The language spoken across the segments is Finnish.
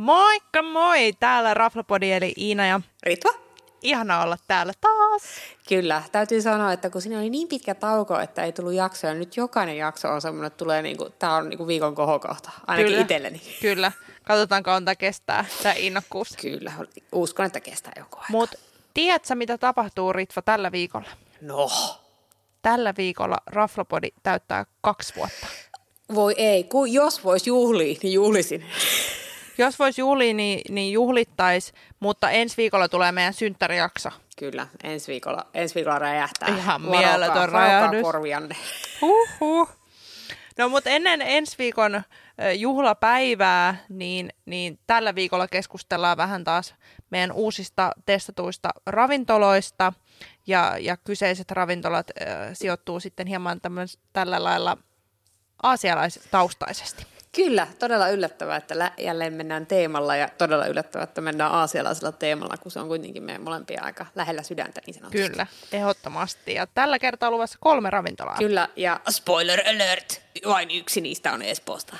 Moikka moi! Täällä Raflapodi eli Iina ja Ritva? Ihana olla täällä taas. Kyllä, täytyy sanoa, että kun siinä oli niin pitkä tauko, että ei tullut jaksoja, nyt jokainen jakso on semmoinen, että tulee tää on viikon kohokohta, ainakin Kyllä. itselleni. Kyllä, katsotaan kauan tämä kestää, tämä innokkuus. Kyllä, uskon, että kestää jonkun aikaa. Mutta tiedätkö, mitä tapahtuu, Ritva, tällä viikolla? No. Tällä viikolla Raflapodi täyttää 2 vuotta. Voi ei, jos vois juhlia, niin juhlisin. Jos vois juhlia, niin juhlittais, mutta ensi viikolla tulee meidän synttärijakso. Kyllä, ensi viikolla räjähtää. Ihan mieletön räjähdys. Korvianne. Huhhuh. No mutta ennen ensi viikon juhlapäivää, niin tällä viikolla keskustellaan vähän taas meidän uusista testatuista ravintoloista. Ja kyseiset ravintolat sijoittuu sitten hieman tällä lailla aasialaistaustaisesti. Kyllä, todella yllättävää, että jälleen mennään teemalla ja todella yllättävää, että mennään aasialaisella teemalla, kun se on kuitenkin meidän molempia aika lähellä sydäntä niin sanotusti. Kyllä, ehdottomasti. Ja tällä kertaa on luvassa 3 ravintolaa. Kyllä, ja spoiler alert, vain yksi niistä on Espoosta.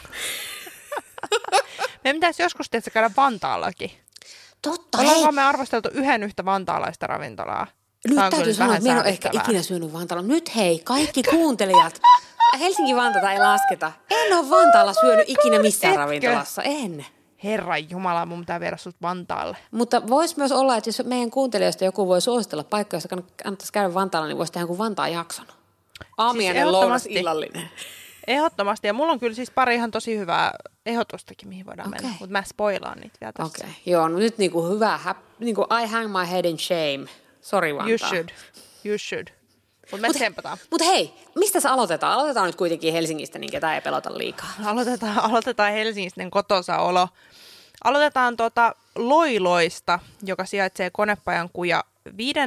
Me pitäisi joskus tietysti käydä Vantaallakin. Totta, Ollaanko me arvosteltu yhtä vantaalaista ravintolaa? Nyt täytyy sanoa, että minä en ole ehkä ikinä syönyt Vantaalla. Nyt hei, kaikki kuuntelijat. Helsinki-Vantaata ei lasketa. En ole Vantaalla syönyt ikinä missään ravintolassa. En. Herran jumala, mun pitää viedä sut Vantaalle. Mutta voisi myös olla, että jos meidän kuuntelijoista joku voi suositella paikkoja, jossa kannattaisi käydä Vantaalla, niin voisi tehdä jonkun Vantaan jakson. Aamiainen siis lounas-illallinen. Ehdottomasti. Ja mulla on kyllä siis pari ihan tosi hyvää ehdotustakin, mihin voidaan mennä. Mutta mä spoilaan niitä vielä tässä. Okei. Joo, no nyt hyvä, I hang my head in shame. Sorry Vantaa. You should. Mutta me tsempataan. Mutta hei, mistä se aloitetaan? Aloitetaan nyt kuitenkin Helsingistä, niin ketään ei pelota liikaa. Aloitetaan Helsingistä kotonsa olo. Aloitetaan Loiloista, joka sijaitsee Konepajan kuja 5.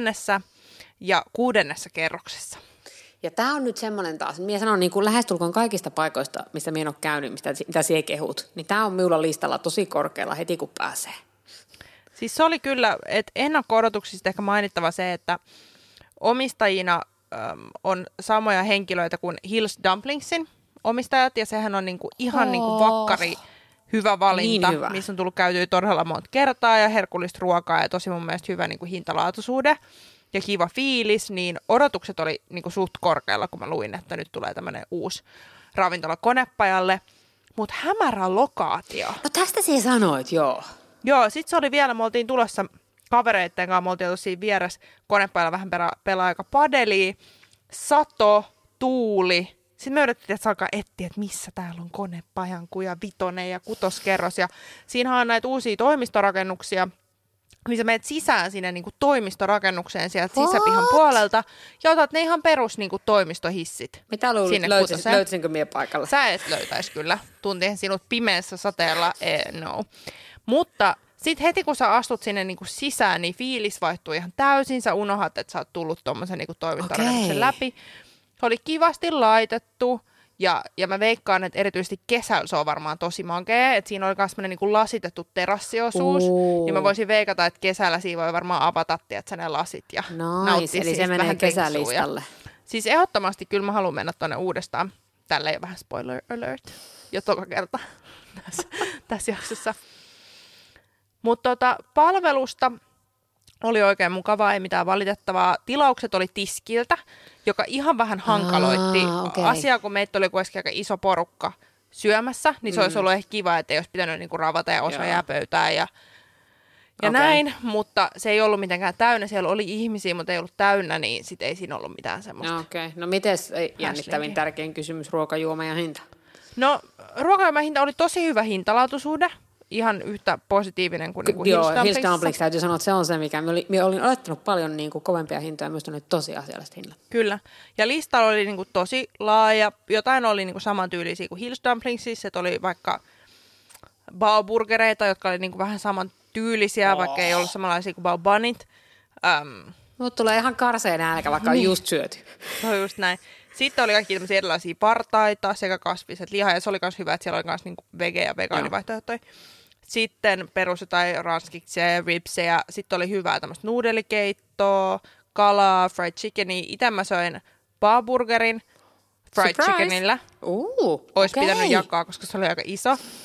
ja 6. kerroksessa. Ja tämä on nyt semmoinen taas, minä sanon niin kuin lähestulkoon kaikista paikoista, mistä minä en ole käynyt, mitä sinä kehut, niin tämä on minulla listalla tosi korkealla heti kun pääsee. Siis se oli kyllä, että ennakko-odotuksista ehkä mainittava se, että omistajina on samoja henkilöitä kuin Hills Dumplingsin omistajat, ja sehän on niinku ihan niinku vakkari hyvä valinta, niin hyvä. Missä on tullut käytyä todella monta kertaa, ja herkullista ruokaa, ja tosi mun mielestä hyvä niinku hintalaatuisuuden, ja kiva fiilis, niin odotukset oli niinku suht korkealla, kun mä luin, että nyt tulee tämmöinen uusi ravintola Konepajalle, mutta hämärä lokaatio. No tästä sinä sanoit, joo. Joo, sit se oli vielä, me oltiin tulossa kavereitten kanssa, me oltiin tosi vieressä Konepajalla vähän pelaa aika padelia, sato, tuuli. Sitten me yritettiin, että alkaa etsiä, että missä täällä on Konepajan kuja 5. ja 6. kerros. Ja siinähän on näitä uusia toimistorakennuksia, missä menet sisään sinne niin kuin toimistorakennukseen sieltä sisäpihan puolelta ja otat ne ihan perus niin kuin toimistohissit. Mitä luulit, löytäisinkö minä paikalla? Sä et löytäisi kyllä. Tuntiin sinut pimeässä sateella, no. Mutta sitten heti kun sä astut sinne niinku sisään, niin fiilis vaihtuu ihan täysin. Sä unohdat, että sä oot tullut tuommoisen niinku toimistorakennuksen läpi. Se oli kivasti laitettu ja mä veikkaan, että erityisesti kesällä se on varmaan tosi makea. Että siinä oli myös semmoinen niinku lasitettu terassiosuus. Niin mä voisin veikata, että kesällä siinä voi varmaan avata ne lasit ja nauttia eli se menee kesälistalle. Siis ehdottomasti kyllä mä haluan mennä tuonne uudestaan. Tällä ei ole vähän spoiler alert jo toka kerta tässä jaksossa. Mutta palvelusta oli oikein mukavaa, ei mitään valitettavaa. Tilaukset oli tiskiltä, joka ihan vähän hankaloitti asiaa, kun meitä oli kuitenkin aika iso porukka syömässä, niin se olisi ollut ehkä kiva, että ei olisi pitänyt niinku ravata ja osa jää pöytään ja näin, mutta se ei ollut mitenkään täynnä. Siellä oli ihmisiä, mutta ei ollut täynnä, niin sitten ei siinä ollut mitään semmoista. Okei. No mites jännittävin tärkein kysymys, ruokajuoma ja hinta? No ruokajuoma hinta oli tosi hyvä hintalaatuisuuden. Ihan yhtä positiivinen kuin niinku Hills Dumplings täytyy sanoa, että se on se, mikä minä olin olettanut paljon niinku kovempia hintoja, myös on nyt tosi asialliset hinnat. Kyllä. Ja listalla oli niinku tosi laaja. Jotain oli niinku samantyylisiä kuin Hills Dumplingsissa. Että oli vaikka bao-burgereita, jotka oli niinku vähän samantyylisiä, vaikka ei ollut samanlaisia kuin bao-bunit. Mut tulee ihan karseen nälkä, vaikka on just syöty. Se on just näin. Sitten oli kaikki tämmöisiä erilaisia partaita sekä kasviset liha, ja se oli myös hyvä, että siellä oli myös niinku vege- ja vegaanivaihtoehtoja. Sitten perus jotain ranskiksia ja ribsejä. Sitten oli hyvää tämmöistä nuudelikeittoa, kalaa, fried chickenia. Itse mä söin bao-burgerin fried chickenillä. Olisi pitänyt jakaa, koska se oli aika iso.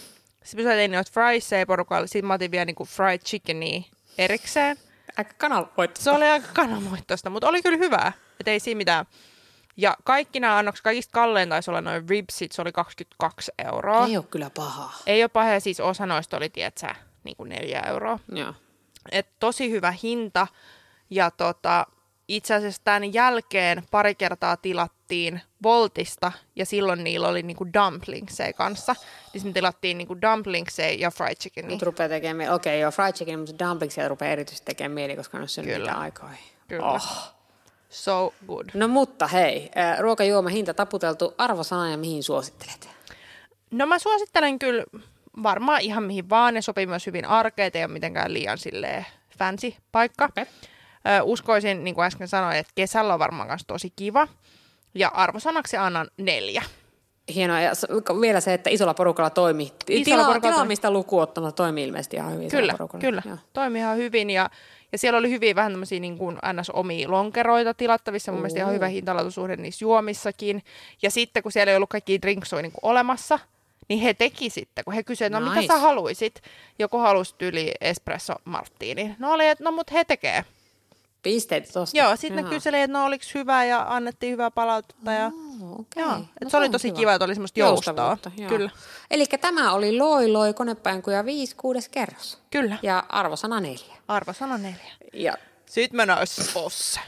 Sitten mä tein noita friesseja porukalla, sitten mä otin vielä niinku fried chickenia erikseen. Aika kanavoittoista. Se oli aika kanavoittoista, mutta oli kyllä hyvää, et ei siinä mitään. Ja kaikki nämä annokset, kaikista kallein taisi olla noin ribsit, se oli 22 €. Ei ole kyllä pahaa. Ei ole pahaa, siis osa noista oli, tietsä, niinku 4 €. Joo. Et tosi hyvä hinta. Ja itse asiassa tämän jälkeen pari kertaa tilattiin Voltista, ja silloin niillä oli niinku dumplingsei kanssa. Niin me tilattiin niinku dumplingsei ja fried chickenia. Nyt rupeaa tekemään mieli. Okei, joo, fried chicken, mutta dumplingsia rupeaa erityisesti tekemään mieli, koska ne on syönyt niitä aikoihin. Kyllä. Oh. So good. No mutta hei, ruokajuoma hinta taputeltu, arvosana ja mihin suosittelet? No mä suosittelen kyllä varmaan ihan mihin vaan. Ne sopii myös hyvin arkeen, ei ole mitenkään liian silleen fancy paikka. Okay. Uskoisin, niin kuin äsken sanoin, että kesällä on varmaan myös tosi kiva. Ja arvosanaksi annan 4. Hienoa. Ja vielä se, että isolla porukalla toimii. Tilaamista lukuun ottamatta toimii ilmeisesti ihan hyvin. Kyllä. Toimii ihan hyvin. Ja siellä oli hyvin vähän tämmöisiä niin kuin NS-omia lonkeroita tilattavissa. Mun mielestä ihan hyvä hintalaatusuhde niissä juomissakin. Ja sitten, kun siellä ei ollut kaikkia drinksoja niin kuin olemassa, niin he teki sitten, kun he kysyivät, no mitä sä haluisit? Joku halusi tyyli espresso martini. No oli, että no mut he tekee. Pisteet tosta. Joo, sitten ne kyseli, että no oliko hyvä ja annettiin hyvää palautetta. Ja okay. joo, se oli tosi kiva, että oli semmoista joustoa. Kyllä. Eli tämä oli Loi konepainkuja 5, 6 kerros. Kyllä. Ja arvosana 4. Arvosana 4. Ja sitten mennään Espoossa.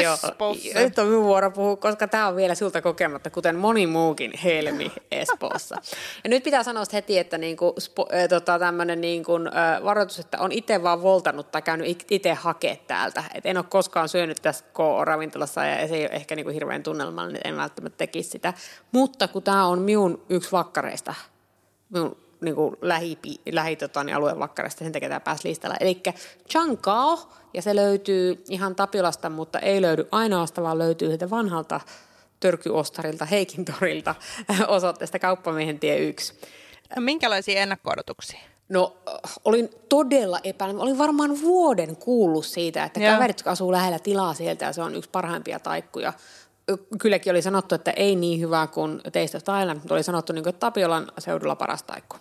Nyt on minun vuoro puhua, koska tämä on vielä sulta kokematta, kuten moni muukin helmi Espoossa. Ja nyt pitää sanoa heti, että niinku, tämmöinen niinku, varoitus, että on itse vaan voltannut tai käynyt itse hakea täältä. Et en ole koskaan syönyt tässä K-ravintolassa ja se ei ole ehkä niinku hirveän tunnelmallinen, en välttämättä tekisi sitä. Mutta kun tämä on minun yksi vakkareista, minun niinku alueen vakkareista, sen takia tämä pääsi listalla. Eli Chankao, ja se löytyy ihan Tapiolasta, mutta ei löydy ainoastaan, vaan löytyy sieltä vanhalta törkyostarilta Heikin torilta osoitteesta Kauppamiehen tie 1. Minkälaisia ennakko-odotuksia? No, olin todella epäilemättä. Olin varmaan vuoden kuullut siitä, että kaverit, jotka asuu lähellä tilaa sieltä, ja se on yksi parhaimpia taikkuja. Kylläkin oli sanottu, että ei niin hyvä kuin Taste of Thailand, mutta oli sanottu, että Tapiolan seudulla paras taikku.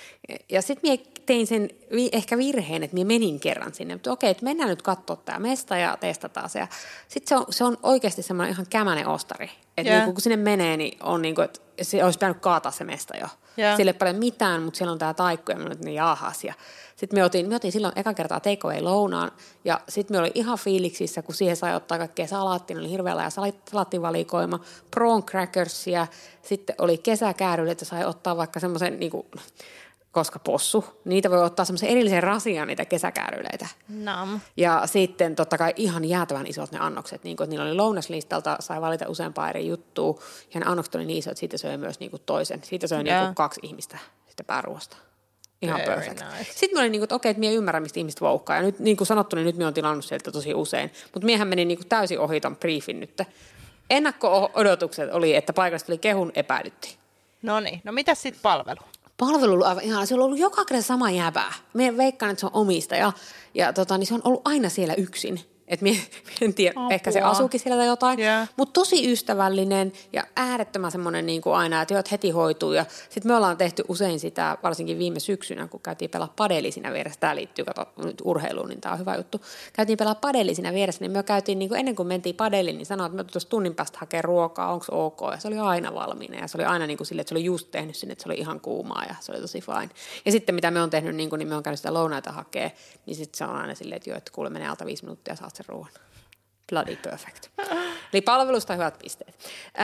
Ja sitten minä tein sen ehkä virheen, että minä menin kerran sinne. Mutta okei, että mennään nyt katsoa tämä mesta ja testataan se. Ja sitten se on oikeasti semmoinen ihan kämänen ostari. Että niin kun sinne menee, niin on niin kuin, että se olisi pitänyt kaataa se mesta jo. Sille ei paljon mitään, mutta siellä on tämä taikku ja minä olin, niin jaahas. Ja sitten me otin silloin eka kertaa take away lounaan. Ja sitten me oli ihan fiiliksissä, kun siihen sai ottaa kaikkea salaattia. Oli hirveä laaja salaattivalikoima, prawn crackersia. Sitten oli kesäkääryille, että sai ottaa vaikka semmoisen niinku, koska possu, niitä voi ottaa semmoisen erillisen rasian niitä kesäkääryleitä. Nam. Ja sitten totta kai ihan jäätävän isot ne annokset, niin kuin, että niillä oli lounaslistalta, sai valita useampaa eri juttua, ja ne annokset oli niin isot, että siitä söi myös niin kuin toisen. Siitä söi niin kuin 2 ihmistä sitä pääruoasta. Ihan very perfect. Nice. Sitten mä olin niin kuin, että okei, että minä ymmärrän, mistä ihmiset voukkaa. Ja nyt niin kuin sanottu, niin nyt minä olen tilannut sieltä tosi usein. Mutta miehän meni niin kuin täysin ohi ton briefin nyt. Ennakko-odotukset oli, että paikasta tuli kehun, epäilyttiin. No niin, no mitäs sitten palvelu? Palvelu on aivan ihana. Se on ollut joka kerta sama jäbää. Mie veikkaan, että se on omistaja. Ja niin se on ollut aina siellä yksin. Että en tiedä, ehkä se asuukin siellä tai jotain. Yeah. Mutta tosi ystävällinen ja äärettömän semmoinen niin kuin aina, että heti hoituu. Ja sitten me ollaan tehty usein sitä, varsinkin viime syksynä, kun käytiin pelaa padeli siinä vieressä. Tämä liittyy nyt urheiluun, niin tämä on hyvä juttu. Käytiin pelaa padeli siinä vieressä, niin me käytiin niin kuin ennen kuin mentiin padeliin, niin sanoin, että me tuossa tunnin päästä hakea ruokaa, onko ok. Ja se oli aina valmiina ja se oli aina niin kuin sille, että se oli just tehnyt sinne, että se oli ihan kuumaa ja se oli tosi fine. Ja sitten mitä me on tehnyt, niin me on käynyt sitä lounaita hakea, niin sitten se on aina silleen, että joo, että kuule menee alta 5 minuuttia ja saat sen ruoan. Bloody perfect. Eli palvelusta hyvät pisteet.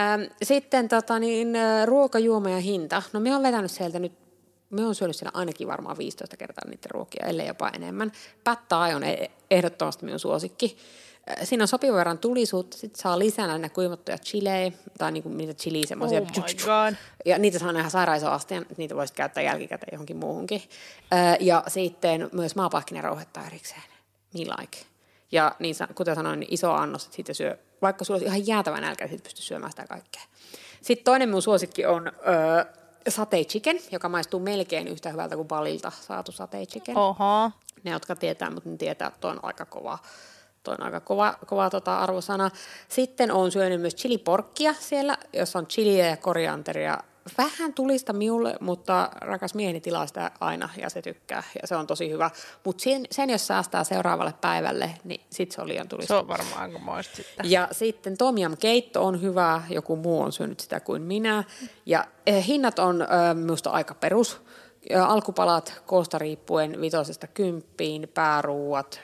Sitten ruokajuoma ja hinta. No me on vetänyt sieltä nyt, me on syönyt siellä ainakin varmaan 15 kertaa niiden ruokia, ellei jopa enemmän. Pad Thai on ehdottomasti minun suosikki. Siinä on sopivan verran tulisuutta, sitten saa lisää näitä kuivattuja chilejä, tai niinku niitä chiliä semmoisia. Oh my god. Ja niitä saa ihan sairaan iso asteen, niitä voisit käyttää jälkikäteen johonkin muuhunkin. Ja sitten myös maapahkinarouhetta erikseen. Me like. Ja niin, kuten sanoin, niin iso annos, että siitä syö, vaikka sulla olisi ihan jäätävä nälkä, niin siitä pystyy syömään sitä kaikkea. Sitten toinen mun suosikki on satay chicken, joka maistuu melkein yhtä hyvältä kuin Balilta saatu satay chicken. Oho. Ne, jotka tietää, mutta ne tietää, että toi on aika kova. Toi on aika kova arvosana. Sitten on syönyt myös chiliporkkia siellä, jossa on chiliä ja korianteria, vähän tulista minulle, mutta rakas mieheni tilaa sitä aina ja se tykkää ja se on tosi hyvä. Mutta sen jos säästää seuraavalle päivälle, niin sitten se on liian tulista. Se on varmaan aika moista sitten. Ja sitten tom yum keitto on hyvä, joku muu on syönyt sitä kuin minä. Ja hinnat on minusta aika perus. Alkupalat koosta riippuen 5–10, pääruuat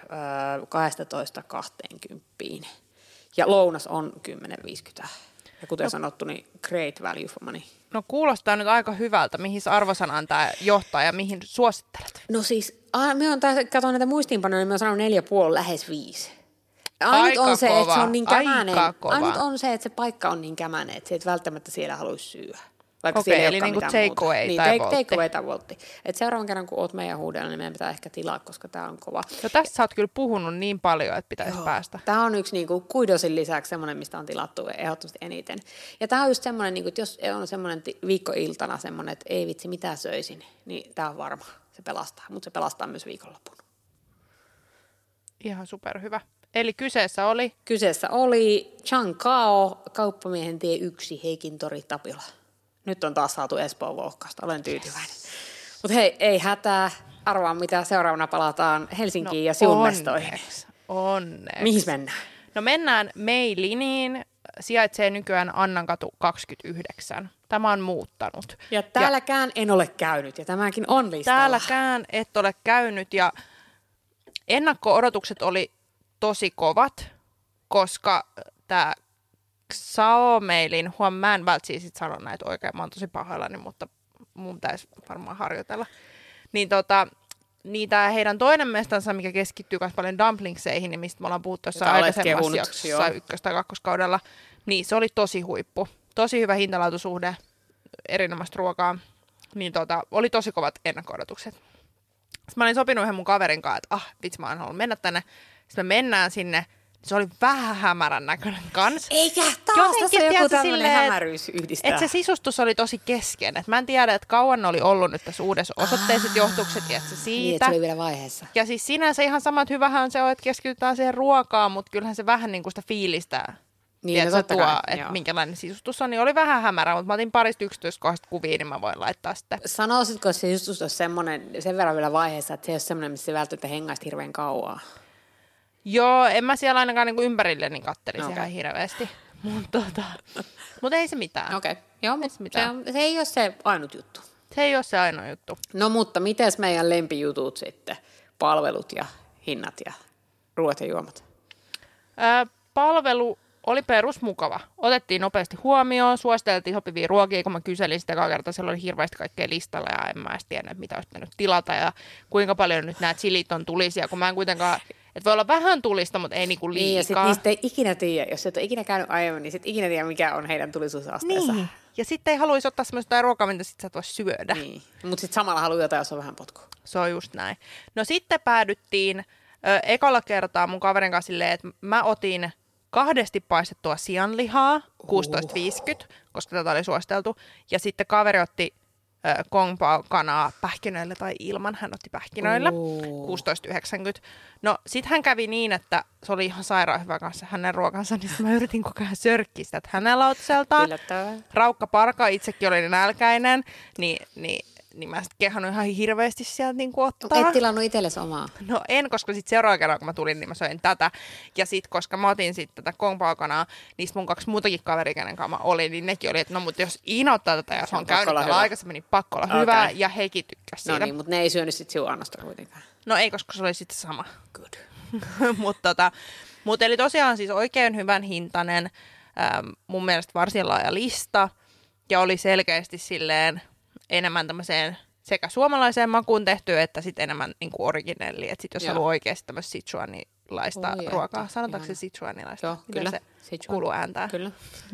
12–20. Ja lounas on 10–50. Ja kuten sanottu, niin great value for money. No kuulostaa nyt aika hyvältä. Mihin arvosanan tämä johtaa ja mihin suosittelet? No siis, katson näitä muistiinpanoja, niin mä oon sanonut 4,5 lähes 5. Aika on se, kova. että se on niin kämänen. Ainut on se, että se paikka on niin kämänen, että se et välttämättä siellä haluaisi syödä. Vaikka Okei, eli niin kuin take away niin, tai voltti. Take away tai voltti. Et seuraavan kerran, kun oot meidän huudella, niin meidän pitää ehkä tilaa, koska tää on kova. No tästä sä oot kyllä puhunut niin paljon, että pitäisi päästä. Tää on yksi niinku kuidosin lisäksi semmoinen, mistä on tilattu ehdottomasti eniten. Ja tää on just semmoinen, niinku, että jos on semmoinen viikkoiltana semmoinen, että ei vitsi, mitä söisin, niin tää on varma. Se pelastaa, mutta se pelastaa myös viikonlopun. Ihan superhyvä. Eli kyseessä oli? Kyseessä oli Chankao, Kauppamiehen tie 1, Heikintori, Tapila. Nyt on taas saatu Espoon Vouhkasta, olen tyytyväinen. Mutta hei, ei hätää. Arvaa, mitä seuraavana palataan Helsinkiin ja Siunmestoihin. Onneksi. Mihin mennään? No mennään Meiliniin. Sijaitsee nykyään Annankatu 29. Tämä on muuttanut. Ja täälläkään en ole käynyt, ja tämäkin on listalla. Täälläkään et ole käynyt, ja ennakko-odotukset oli tosi kovat, koska tämä Xiaomeilin, mä en välttämättä sit sano näitä oikein, mä oon tosi pahoillani, mutta mun pitäisi varmaan harjoitella. Niin tämä heidän toinen mestansa, mikä keskittyy myös paljon dumplingseihin, niin mistä me ollaan puhuttu jossain aikaisemmassa jaksossa 1. tai 2. kaudella, niin se oli tosi huippu. Tosi hyvä hintalaatusuhde, erinomaista ruokaa, niin oli tosi kovat ennakko-odotukset. Sitten mä olin sopinut yhden mun kaverin kanssa, että vitsi mä oon halunnut mennä tänne. Sitten me mennään sinne. Se oli vähän hämärän näköinen kans. Eikä taas tässä joku tämmöinen hämäryys yhdistää. Että se sisustus oli tosi kesken. Et mä en tiedä, että kauan ne oli ollut nyt tässä uudessa osoitteessa, että johtuuko se siitä. Niin, että se oli vielä vaiheessa. Ja siis sinänsä ihan sama, että hyvähän se on, että keskitytään siihen ruokaan, mutta kyllähän se vähän niin kuin sitä fiilistä niin, tuo, että minkälainen sisustus on. Niin oli vähän hämärä, mutta mä otin parista yksityiskohdasta kuvia, niin mä voin laittaa sitten. Sanoisitko, että se sisustus olisi sen verran vielä vaiheessa, että se ei ole semmoinen, missä se välttämättä hengaisi hirveän kauaa? Joo, en mä siellä ainakaan niinku ympärilleni kattelisi ihan hirveästi, mutta ei se mitään. Okei, joo, se ei ole se ainut juttu. Se ei ole se ainoa juttu. No mutta mites meidän lempijutut sitten? Palvelut ja hinnat ja ruoat ja juomat? Palvelu oli perusmukava. Otettiin nopeasti huomioon, suositeltiin sopivia ruokia, kun mä kyselin sitä kertaa, siellä oli hirveästi kaikkea listalla ja en mä edes tiennyt, mitä olisi pitänyt tilata ja kuinka paljon nyt nämä chilit on tulisia, kun mä en kuitenkaan, että voi olla vähän tulista, mutta ei niinku liikaa. Niin, ja sitten niistä ei ikinä tiedä, jos et ole ikinä käynyt aiemmin, niin sitten ikinä tiedä, mikä on heidän tulisuusasteensa. Niin, ja sitten ei haluaisi ottaa semmoista ruokaa, mitä sitten sä et voi syödä. Niin, mutta sitten samalla haluaa jotain, jos on vähän potkua. Se on just näin. No sitten päädyttiin ekalla kertaa mun kaverin kanssa silleen, että mä otin 2 paistettua sianlihaa, 16,50, koska tätä oli suositeltu. Ja sitten kaveri otti Kung Pao-kanaa pähkinöillä tai ilman. Hän otti pähkinöillä, 16,90. No sit hän kävi niin, että se oli ihan sairaan hyvä kanssa hänen ruokansa, niin mä yritin koko ajan sörkkiä sitä, että hänen lautasseltaan. Raukka Parka itsekin oli nälkäinen, niin mä sitten kehannut ihan hirveästi sieltä niin ottaa. Et tilannut itsellesi omaa? No en, koska sitten seuraava kerran, kun mä tulin, niin mä söin tätä. Ja sitten, koska mä otin sitten tätä Kung Pao-kanaa, niin mun 2 muutakin kaveria, kenen kanssa mä olin, niin nekin oli, että no mutta jos Iina ottaa tätä ja se on käynyt täällä aikaisemmin, niin pakko olla hyvä. Ja hekin tykkäsi siitä. No niin, mutta ne ei syönyt sitten sinun annosta kuitenkaan. No ei, koska se oli sitten sama. Good. Mutta eli tosiaan siis oikein hyvän hintainen, mun mielestä varsin laaja lista. Ja oli selkeästi silleen enemmän tämmöiseen sekä suomalaiseen makuun tehty, että sitten enemmän niin kuin originelli. Että sitten jos haluaa oikeasti tämmöistä sichuanilaista ruokaa, sanotaanko se sichuanilaista? Joo, kyllä. Se kuuluu ääntää. Kyllä.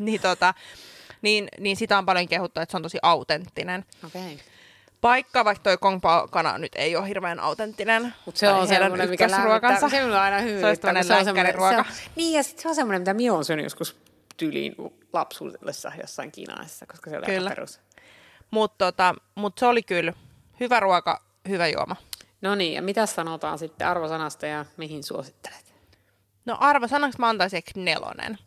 Niin sitä on paljon kehuttu, että se on tosi autenttinen. Okay. Paikka, vaikka toi Kung Pao-kana nyt ei ole hirveän autenttinen. Mutta se on semmoinen, mikä lämmittää. Se on aina hyvä. Se on semmoinen ruoka. Niin, ja sitten se on semmoinen, mitä minä olen syönyt joskus tyyliin lapsuudessa jossain kiinalaisessa, koska se oli aika perus. Mutta se oli kyllä hyvä ruoka, hyvä juoma. No niin, ja mitä sanotaan sitten arvosanasta ja mihin suosittelet? No arvosanaksi mä antaisin 4.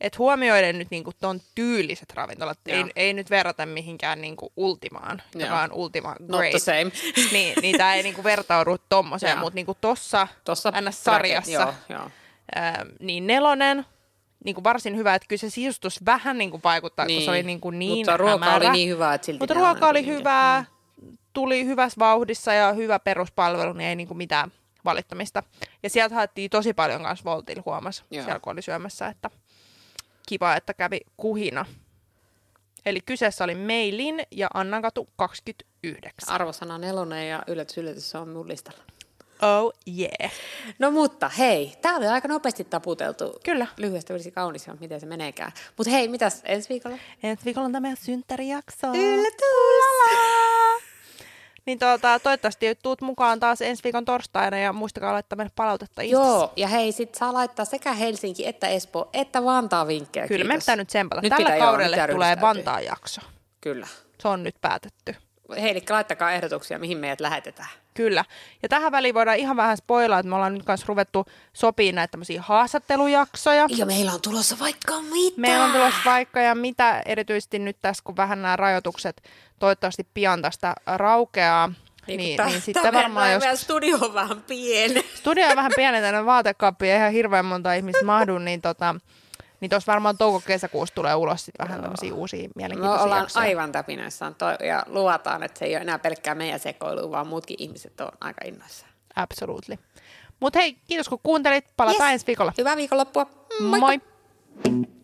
että huomioiden nyt niinku ton tyyliset ravintolat, ei nyt verrata mihinkään niinku Ultimaan, joka on Ultima Great. Not the same. niin tää ei niinku vertaudu tommoseen, mutta niinku tossa NS-sarjassa, niin 4, niinku varsin hyvä, että kyllä se sisustus vähän niinku vaikuttaa, kun se oli niin mutta ruoka oli niin hyvä, että silti mutta ruoka oli hyvää, tuli hyvässä vauhdissa ja hyvä peruspalvelu, niin ei niinku mitään valittamista. Ja sieltä haettiin tosi paljon kanssa Voltilla, huomasi, siellä kun oli syömässä, että kiva, että kävi kuhina. Eli kyseessä oli Meilin ja Annankatu 29. Arvosana 4 ja yllätys, se on mun listalla. Oh yeah. No mutta hei, tää oli aika nopeasti taputeltu. Kyllä. Lyhyestä olisi kaunis, miten se meneekään. Mutta hei, mitäs ensi viikolla? Ensi viikolla on tämä meidän synttärijakso. Yllätys! Niin toivottavasti tuut mukaan taas ensi viikon torstaina ja muistakaa laittaa meille palautetta Instassa. Joo, ja hei, sit saa laittaa sekä Helsinki että Espoo että Vantaa vinkkejä. Kyllä, kiitos. me pitää nyt tsempata. Tällä kaudelle tulee Vantaan jakso. Kyllä. Se on nyt päätetty. Hei, eli laittakaa ehdotuksia, mihin meidät lähetetään. Kyllä. Ja tähän väliin voidaan ihan vähän spoilaa, että me ollaan nyt kanssa ruvettu sopimaan näitä tämmöisiä haastattelujaksoja. Ja meillä on tulossa vaikka mitä. Meillä on tulossa vaikka ja mitä, erityisesti nyt tässä, kun vähän nämä rajoitukset toivottavasti pian tästä raukeaa. Niin sitten varmaan meidän studio on vähän pieni. Studio on vähän pieni, tänne vaatekaappi ei ihan hirveän monta ihmistä mahdu, niin tuossa varmaan touko-kesäkuussa tulee ulos sit vähän tämmöisiä uusia mielenkiintoisia Me ollaan jaksoja. aivan täpinöissään ja luvataan, että se ei ole enää pelkkää meidän sekoilua, vaan muutkin ihmiset on aika innoissaan. Absolutely. Mutta hei, kiitos kun kuuntelit. Palataan ensi viikolla. Hyvää viikonloppua. Moi!